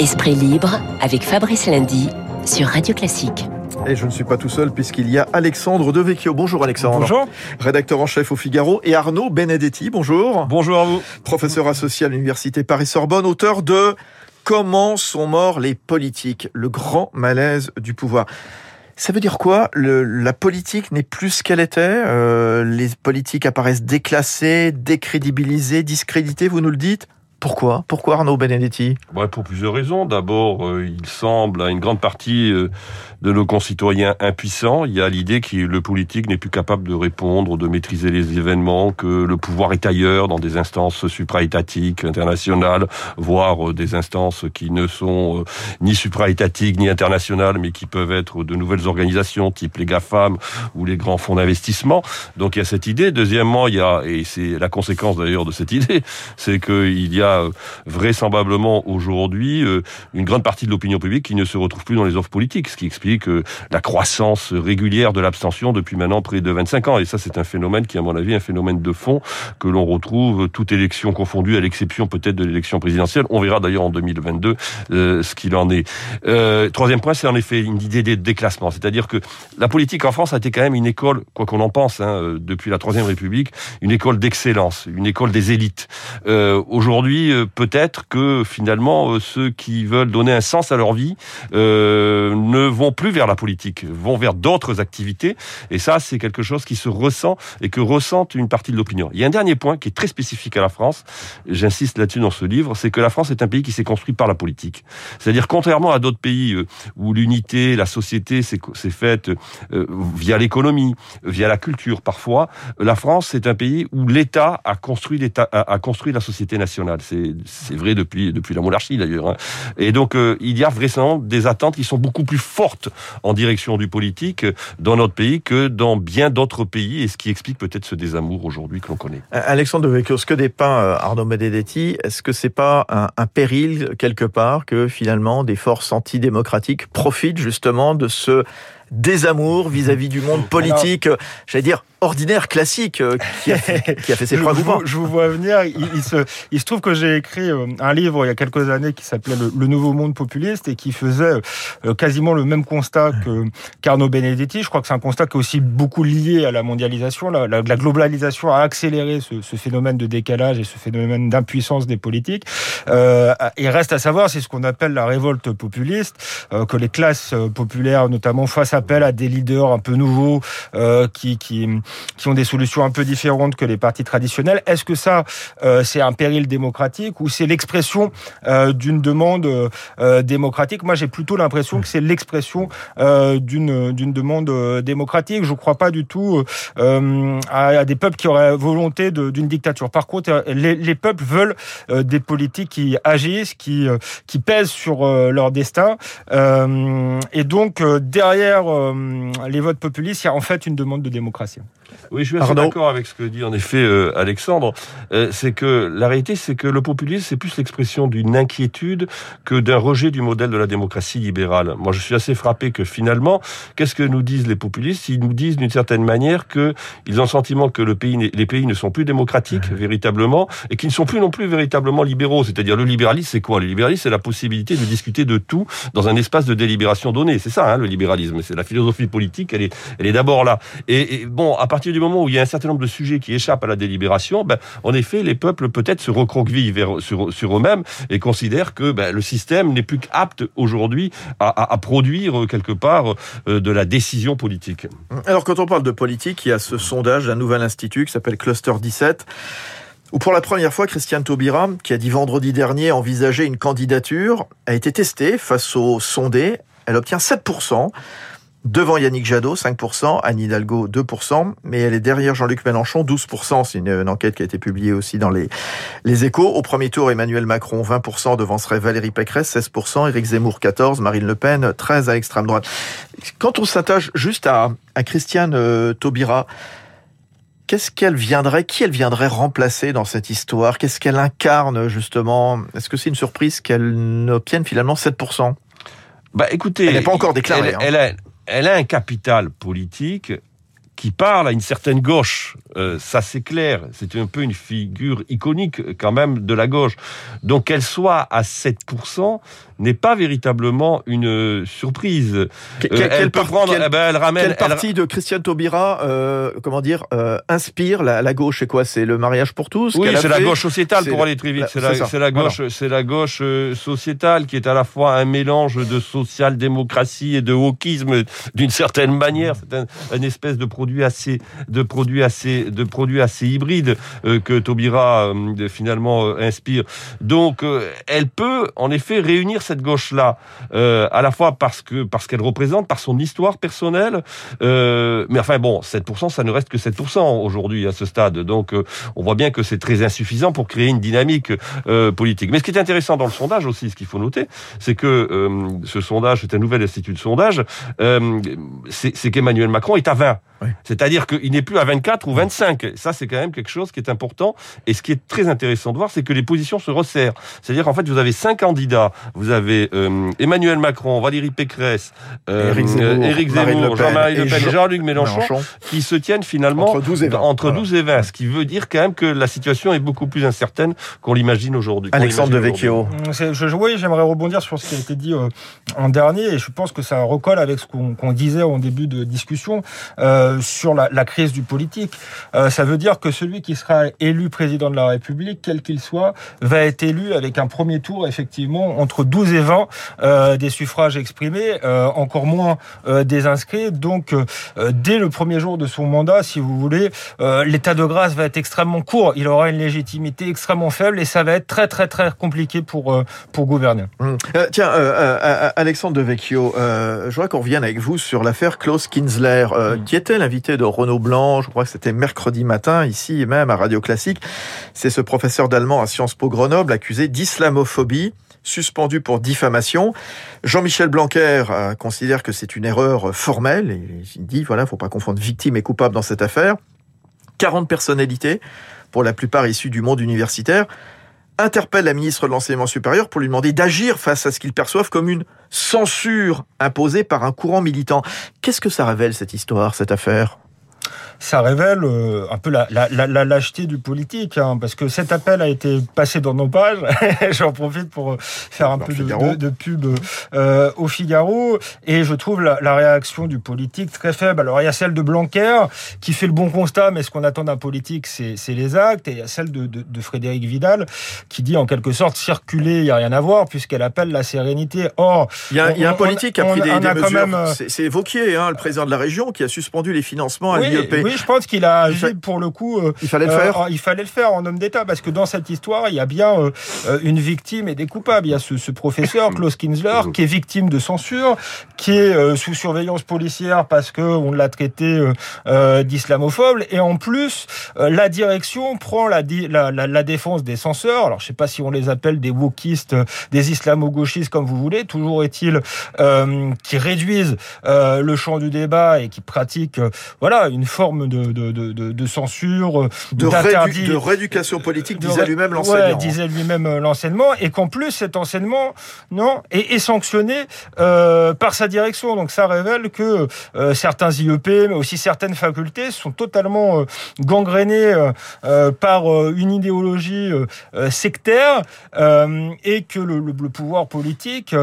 Esprit libre avec Fabrice Lundy sur Radio Classique. Et je ne suis pas tout seul puisqu'il y a Alexandre Devecchio. Bonjour Alexandre. Bonjour. Rédacteur en chef au Figaro. Et Arnaud Benedetti, bonjour. Bonjour à vous. Professeur associé à l'Université Paris-Sorbonne, auteur de « Comment sont morts les politiques ? Le grand malaise du pouvoir ». Ça veut dire quoi ? La politique n'est plus ce qu'elle était. Les politiques apparaissent déclassées, décrédibilisées, discréditées, vous nous le dites ? Pourquoi Arnaud Benedetti ? Pour plusieurs raisons. D'abord, il semble à une grande partie de nos concitoyens impuissants. Il y a l'idée que le politique n'est plus capable de répondre, de maîtriser les événements, que le pouvoir est ailleurs, dans des instances supra-étatiques, internationales, voire des instances qui ne sont ni supra-étatiques ni internationales, mais qui peuvent être de nouvelles organisations, type les GAFAM ou les grands fonds d'investissement. Donc il y a cette idée. Deuxièmement, et c'est la conséquence d'ailleurs de cette idée, c'est qu'il y a vraisemblablement aujourd'hui une grande partie de l'opinion publique qui ne se retrouve plus dans les offres politiques, ce qui explique la croissance régulière de l'abstention depuis maintenant près de 25 ans. Et ça, c'est un phénomène qui, à mon avis, est un phénomène de fond que l'on retrouve toute élection confondue, à l'exception peut-être de l'élection présidentielle. On verra d'ailleurs en 2022 ce qu'il en est. Troisième point, c'est en effet une idée de déclassement. C'est-à-dire que la politique en France a été quand même une école, quoi qu'on en pense, depuis la Troisième République, une école d'excellence, une école des élites. Aujourd'hui, peut-être que finalement, ceux qui veulent donner un sens à leur vie ne vont plus vers la politique, vont vers d'autres activités. Et ça, c'est quelque chose qui se ressent et que ressent une partie de l'opinion. Il y a un dernier point qui est très spécifique à la France, j'insiste là-dessus dans ce livre, c'est que la France est un pays qui s'est construit par la politique. C'est-à-dire, contrairement à d'autres pays où l'unité, la société s'est faite via l'économie, via la culture parfois, la France, c'est un pays où l'État a construit la société nationale. C'est vrai depuis la monarchie d'ailleurs. Et donc il y a vraisemblablement des attentes qui sont beaucoup plus fortes en direction du politique dans notre pays que dans bien d'autres pays, et ce qui explique peut-être ce désamour aujourd'hui que l'on connaît. Alexandre Devecchio, ce que dépeint Arnaud Benedetti, est-ce que c'est pas un péril quelque part que finalement des forces antidémocratiques profitent justement de ce désamour vis-à-vis du monde politique, j'allais dire ordinaire, classique, qui a fait ses preuves ou pas ? Je vous vois venir. Il se trouve que j'ai écrit un livre il y a quelques années qui s'appelait Le Nouveau Monde Populiste et qui faisait quasiment le même constat qu'Arnaud Benedetti. Je crois que c'est un constat qui est aussi beaucoup lié à la mondialisation. La globalisation a accéléré ce phénomène de décalage et ce phénomène d'impuissance des politiques. Il reste à savoir, c'est ce qu'on appelle la révolte populiste, que les classes populaires notamment fassent appel à des leaders un peu nouveaux qui ont des solutions un peu différentes que les partis traditionnels. Est-ce que ça, c'est un péril démocratique ou c'est l'expression d'une demande démocratique ? Moi, j'ai plutôt l'impression que c'est l'expression d'une demande démocratique. Je ne crois pas du tout à des peuples qui auraient volonté d'une dictature. Par contre, les peuples veulent des politiques qui agissent, qui pèsent sur leur destin. Et donc, derrière les votes populistes, il y a en fait une demande de démocratie. Oui, je suis assez d'accord avec ce que dit en effet Alexandre. C'est que la réalité, c'est que le populisme, c'est plus l'expression d'une inquiétude que d'un rejet du modèle de la démocratie libérale. Moi, je suis assez frappé que finalement, qu'est-ce que nous disent les populistes ? Ils nous disent d'une certaine manière qu'ils ont le sentiment que les pays ne sont plus démocratiques véritablement et qu'ils ne sont plus non plus véritablement libéraux. C'est-à-dire le libéralisme, c'est quoi ? Le libéralisme, c'est la possibilité de discuter de tout dans un espace de délibération donné. C'est ça, le libéralisme. C'est la philosophie politique. Elle est d'abord là. Et bon, à partir du moment où il y a un certain nombre de sujets qui échappent à la délibération, en effet, les peuples peut-être se recroquevillent sur eux-mêmes et considèrent que le système n'est plus qu'apte aujourd'hui à produire quelque part de la décision politique. Alors, quand on parle de politique, il y a ce sondage d'un nouvel institut qui s'appelle Cluster 17, où pour la première fois, Christiane Taubira, qui a dit vendredi dernier envisager une candidature, a été testée face aux sondés. Elle obtient 7%. Devant Yannick Jadot, 5%, Anne Hidalgo, 2%, mais elle est derrière Jean-Luc Mélenchon, 12%. C'est une enquête qui a été publiée aussi dans les Échos. Au premier tour, Emmanuel Macron, 20%, devancerait Valérie Pécresse, 16%, Éric Zemmour, 14%, Marine Le Pen, 13% à l'extrême droite. Quand on s'attache juste à Christiane Taubira, qui elle viendrait remplacer dans cette histoire ? Qu'est-ce qu'elle incarne, justement ? Est-ce que c'est une surprise qu'elle n'obtienne finalement 7%? Écoutez, elle n'est pas encore déclarée. Elle a un capital politique qui parle à une certaine gauche. Ça, c'est clair. C'est un peu une figure iconique, quand même, de la gauche. Donc, qu'elle soit à 7% n'est pas véritablement une surprise. Quelle partie de Christiane Taubira, inspire la gauche? C'est quoi? C'est le mariage pour tous? Oui, c'est la gauche sociétale, pour aller très vite. C'est la gauche sociétale qui est à la fois un mélange de social-démocratie et de wokisme d'une certaine manière. C'est une espèce de produit assez hybride que Taubira finalement inspire. Donc, elle peut en effet réunir cette gauche-là, à la fois parce qu'elle représente, par son histoire personnelle, mais enfin bon, 7%, ça ne reste que 7% aujourd'hui à ce stade. Donc, on voit bien que c'est très insuffisant pour créer une dynamique politique. Mais ce qui est intéressant dans le sondage aussi, ce qu'il faut noter, c'est que ce sondage, c'est un nouvel institut de sondage, c'est qu'Emmanuel Macron est à 20. Oui. C'est-à-dire qu'il n'est plus à 24 ou 25. Ça, c'est quand même quelque chose qui est important. Et ce qui est très intéressant de voir, c'est que les positions se resserrent. C'est-à-dire qu'en fait, vous avez 5 candidats. Vous avez Emmanuel Macron, Valérie Pécresse, Éric Zemmour, Jean-Marie Le Pen et Jean-Luc Mélenchon, qui se tiennent finalement entre 12 et 20. Ce qui veut dire quand même que la situation est beaucoup plus incertaine qu'on l'imagine aujourd'hui. Alexandre Devecchio. Oui, j'aimerais rebondir sur ce qui a été dit en dernier. Et je pense que ça recolle avec ce qu'on disait en début de discussion. Sur la crise du politique. Ça veut dire que celui qui sera élu président de la République, quel qu'il soit, va être élu avec un premier tour, effectivement, entre 12 et 20 des suffrages exprimés, encore moins des inscrits. Donc, dès le premier jour de son mandat, si vous voulez, l'état de grâce va être extrêmement court. Il aura une légitimité extrêmement faible et ça va être très, très, très compliqué pour gouverner. Alexandre Devecchio, je voudrais qu'on revienne avec vous sur l'affaire Klaus Kinzler, qui était l'invité de Renaud Blanc, je crois que c'était mercredi matin, ici même à Radio Classique. C'est ce professeur d'allemand à Sciences Po Grenoble, accusé d'islamophobie, suspendu pour diffamation. Jean-Michel Blanquer considère que c'est une erreur formelle, et il dit, voilà, faut pas confondre victime et coupable dans cette affaire. 40 personnalités, pour la plupart issues du monde universitaire, interpelle la ministre de l'Enseignement supérieur pour lui demander d'agir face à ce qu'ils perçoivent comme une censure imposée par un courant militant. Qu'est-ce que ça révèle, cette histoire, cette affaire ? Ça révèle un peu la lâcheté du politique, parce que cet appel a été passé dans nos pages. J'en profite pour faire un peu de pub au Figaro, et je trouve la réaction du politique très faible. Alors il y a celle de Blanquer qui fait le bon constat, mais ce qu'on attend d'un politique, c'est les actes, et il y a celle de Frédérique Vidal qui dit en quelque sorte circuler, il n'y a rien à voir, puisqu'elle appelle la sérénité. Or, il y a un politique qui a pris des mesures. C'est Vauquier, le président de la région, qui a suspendu les financements à l'IEP. Oui, je pense qu'il a agi pour le coup. Il fallait le faire. Il fallait le faire en homme d'État, parce que dans cette histoire, il y a bien une victime et des coupables. Il y a ce professeur Klaus Kinzler qui est victime de censure, qui est sous surveillance policière parce que on l'a traité d'islamophobe, et en plus la direction prend la défense des censeurs. Alors je sais pas si on les appelle des wokistes, des islamo-gauchistes, comme vous voulez. Toujours est-il qui réduisent le champ du débat et qui pratiquent une forme de censure, de rééducation politique, disait lui-même l'enseignant. Ouais, disait lui-même l'enseignement, et qu'en plus cet enseignement est sanctionné par sa direction. Donc ça révèle que certains IEP, mais aussi certaines facultés, sont totalement gangrénées par une idéologie sectaire, et que le pouvoir politique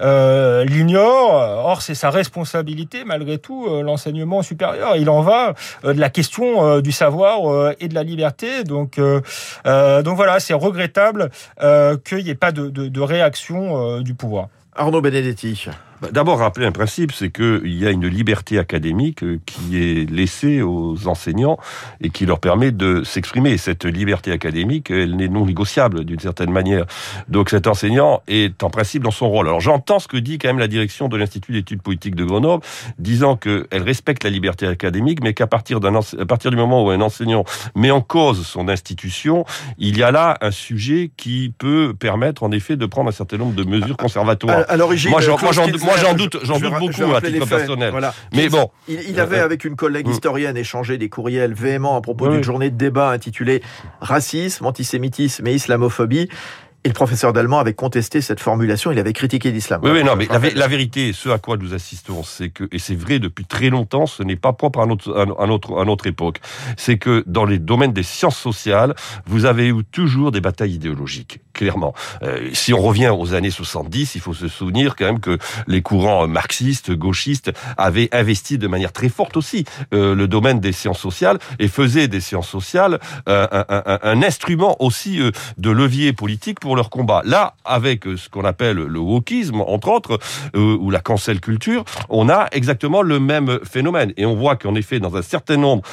l'ignore. Or, c'est sa responsabilité, malgré tout, l'enseignement supérieur. Il en va de la question du savoir et de la liberté. Donc voilà, c'est regrettable qu'il n'y ait pas de réaction du pouvoir. Arnaud Benedetti. D'abord, rappeler un principe, c'est qu'il y a une liberté académique qui est laissée aux enseignants et qui leur permet de s'exprimer. Cette liberté académique, elle n'est non négociable d'une certaine manière. Donc cet enseignant est en principe dans son rôle. Alors j'entends ce que dit quand même la direction de l'Institut d'études politiques de Grenoble, disant qu'elle respecte la liberté académique, mais qu'à partir du moment où un enseignant met en cause son institution, il y a là un sujet qui peut permettre en effet de prendre un certain nombre de mesures conservatoires. À l'origine, moi j'en doute beaucoup à titre personnel. Voilà. Mais bon, il avait avec une collègue historienne échangé des courriels véhéments à propos d'une journée de débat intitulée Racisme, antisémitisme et islamophobie. Et le professeur d'allemand avait contesté cette formulation, il avait critiqué l'islam. Oui, non, mais la vérité, ce à quoi nous assistons, c'est que, et c'est vrai depuis très longtemps, ce n'est pas propre à notre époque, c'est que dans les domaines des sciences sociales, vous avez eu toujours des batailles idéologiques, clairement. Si on revient aux années 70, il faut se souvenir quand même que les courants marxistes, gauchistes, avaient investi de manière très forte aussi le domaine des sciences sociales et faisaient des sciences sociales un instrument aussi de levier politique pour leur combat. Là, avec ce qu'on appelle le wokisme, entre autres, ou la cancel culture, on a exactement le même phénomène. Et on voit qu'en effet, dans un certain nombre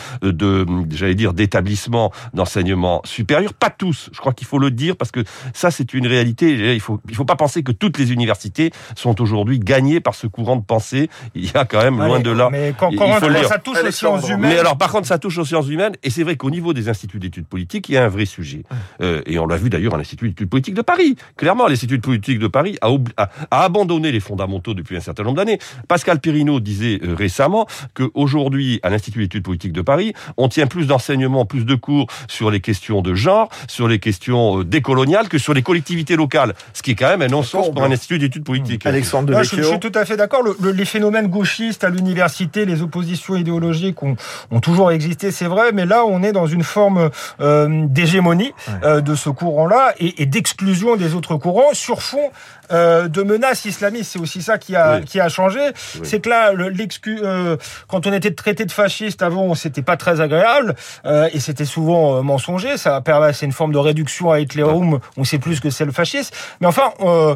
d'établissements d'enseignement supérieur, pas tous, je crois qu'il faut le dire, parce que ça, c'est une réalité. Il faut pas penser que toutes les universités sont aujourd'hui gagnées par ce courant de pensée. Il y a quand même, loin de là... Mais quand ça touche aux sciences humaines... Mais alors, par contre, ça touche aux sciences humaines, et c'est vrai qu'au niveau des instituts d'études politiques, il y a un vrai sujet. Et on l'a vu d'ailleurs à l'Institut d'études politiques de Paris. Clairement, l'Institut politique de Paris a abandonné les fondamentaux depuis un certain nombre d'années. Pascal Perrineau disait récemment qu'aujourd'hui, à l'Institut d'études politiques de Paris, on tient plus d'enseignements, plus de cours sur les questions de genre, sur les questions décoloniales que sur les collectivités locales. Ce qui est quand même un non-sens pour un Institut d'études politiques. Alexandre Devecchio. Je suis tout à fait d'accord. Les phénomènes gauchistes à l'université, les oppositions idéologiques ont toujours existé, c'est vrai, mais là, on est dans une forme d'hégémonie de ce courant-là et d'exclusion des autres courants sur fond de menaces islamistes. C'est aussi ça qui a changé. Oui. C'est que là, quand on était traité de fasciste avant, c'était pas très agréable et c'était souvent mensonger. C'est une forme de réduction à Hitlerum. On sait plus que c'est le fascisme. Mais enfin,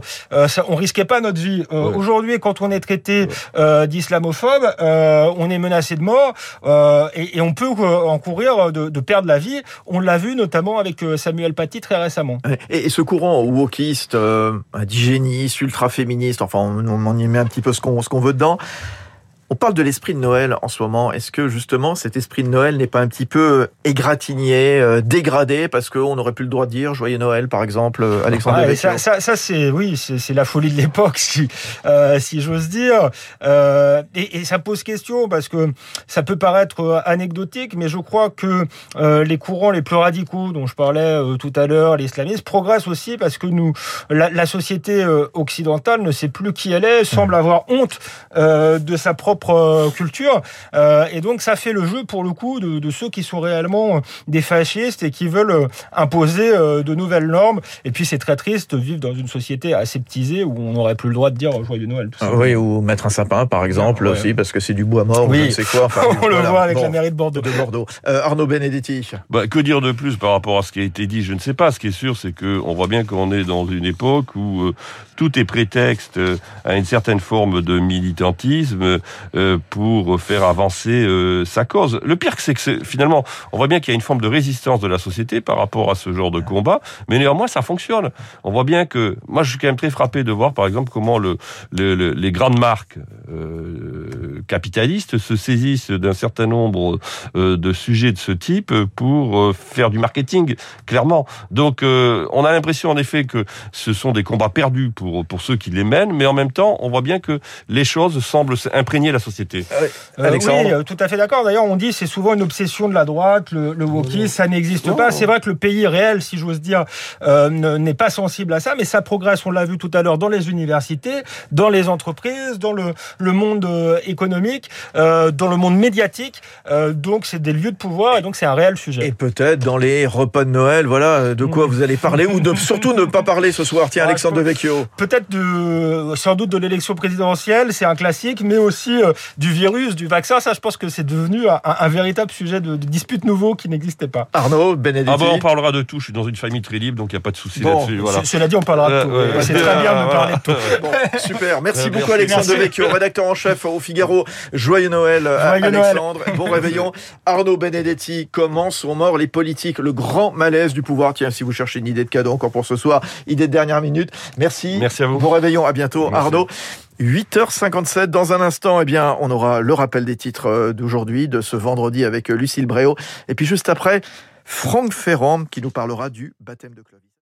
on risquait pas notre vie. Aujourd'hui, quand on est traité d'islamophobe, on est menacé de mort et on peut encourir de perdre la vie. On l'a vu notamment avec Samuel Paty très récemment. Et ce courant wokiste, indigéniste, ultra-féministe, enfin on y met un petit peu ce qu'on veut dedans. On parle de l'esprit de Noël en ce moment. Est-ce que justement cet esprit de Noël n'est pas un petit peu égratigné, dégradé, parce qu'on n'aurait plus le droit de dire Joyeux Noël, par exemple, Alexandre Devecchio? Ça c'est la folie de l'époque, si j'ose dire. Et ça pose question parce que ça peut paraître anecdotique, mais je crois que les courants les plus radicaux dont je parlais tout à l'heure, l'islamisme, progressent aussi parce que la société occidentale ne sait plus qui elle est, semble avoir honte de sa propre culture, et donc ça fait le jeu pour le coup de ceux qui sont réellement des fascistes et qui veulent imposer de nouvelles normes. Et puis c'est très triste de vivre dans une société aseptisée où on n'aurait plus le droit de dire Joyeux Noël. Oui, ou mettre un sapin par exemple aussi, parce que c'est du bois mort, ou je ne sais quoi. Enfin, on le voit avec la mairie de Bordeaux. Arnaud Benedetti. Que dire de plus par rapport à ce qui a été dit? Je ne sais pas. Ce qui est sûr, c'est qu'on voit bien qu'on est dans une époque où tout est prétexte à une certaine forme de militantisme pour faire avancer sa cause. Le pire, c'est que finalement, on voit bien qu'il y a une forme de résistance de la société par rapport à ce genre de combat, mais néanmoins, ça fonctionne. On voit bien que... Moi, je suis quand même très frappé de voir, par exemple, comment les grandes marques capitalistes se saisissent d'un certain nombre de sujets de ce type pour faire du marketing, clairement. Donc, on a l'impression, en effet, que ce sont des combats perdus pour ceux qui les mènent, mais en même temps, on voit bien que les choses semblent imprégner la société. Alexandre. Oui, tout à fait d'accord. D'ailleurs, on dit c'est souvent une obsession de la droite, le wokisme, ça n'existe pas. C'est vrai que le pays réel, si j'ose dire, n'est pas sensible à ça, mais ça progresse, on l'a vu tout à l'heure, dans les universités, dans les entreprises, dans le monde économique, dans le monde médiatique. Donc, c'est des lieux de pouvoir et donc c'est un réel sujet. Et peut-être dans les repas de Noël, voilà, de quoi vous allez parler ou surtout ne pas parler ce soir. Tiens, Alexandre Devecchio. Peut-être sans doute de l'élection présidentielle, c'est un classique, mais aussi du virus, du vaccin. Ça, je pense que c'est devenu un véritable sujet de dispute nouveau qui n'existait pas. Arnaud Benedetti. On parlera de tout. Je suis dans une famille très libre, donc il n'y a pas de souci là-dessus. Voilà. Cela dit, on parlera de tout. C'est très bien de parler de tout. Super. Merci beaucoup, Alexandre Devecchio, rédacteur en chef au Figaro. Joyeux Noël, Alexandre. Bon réveillon. Arnaud Benedetti. Comment sont morts les politiques? Le grand malaise du pouvoir. Tiens, si vous cherchez une idée de cadeau encore pour ce soir, idée de dernière minute. Merci. Merci à vous. Bon réveillon. À bientôt, Merci. Arnaud. 8h57, dans un instant, on aura le rappel des titres d'aujourd'hui, de ce vendredi avec Lucille Bréau. Et puis juste après, Franck Ferrand qui nous parlera du baptême de Clovis.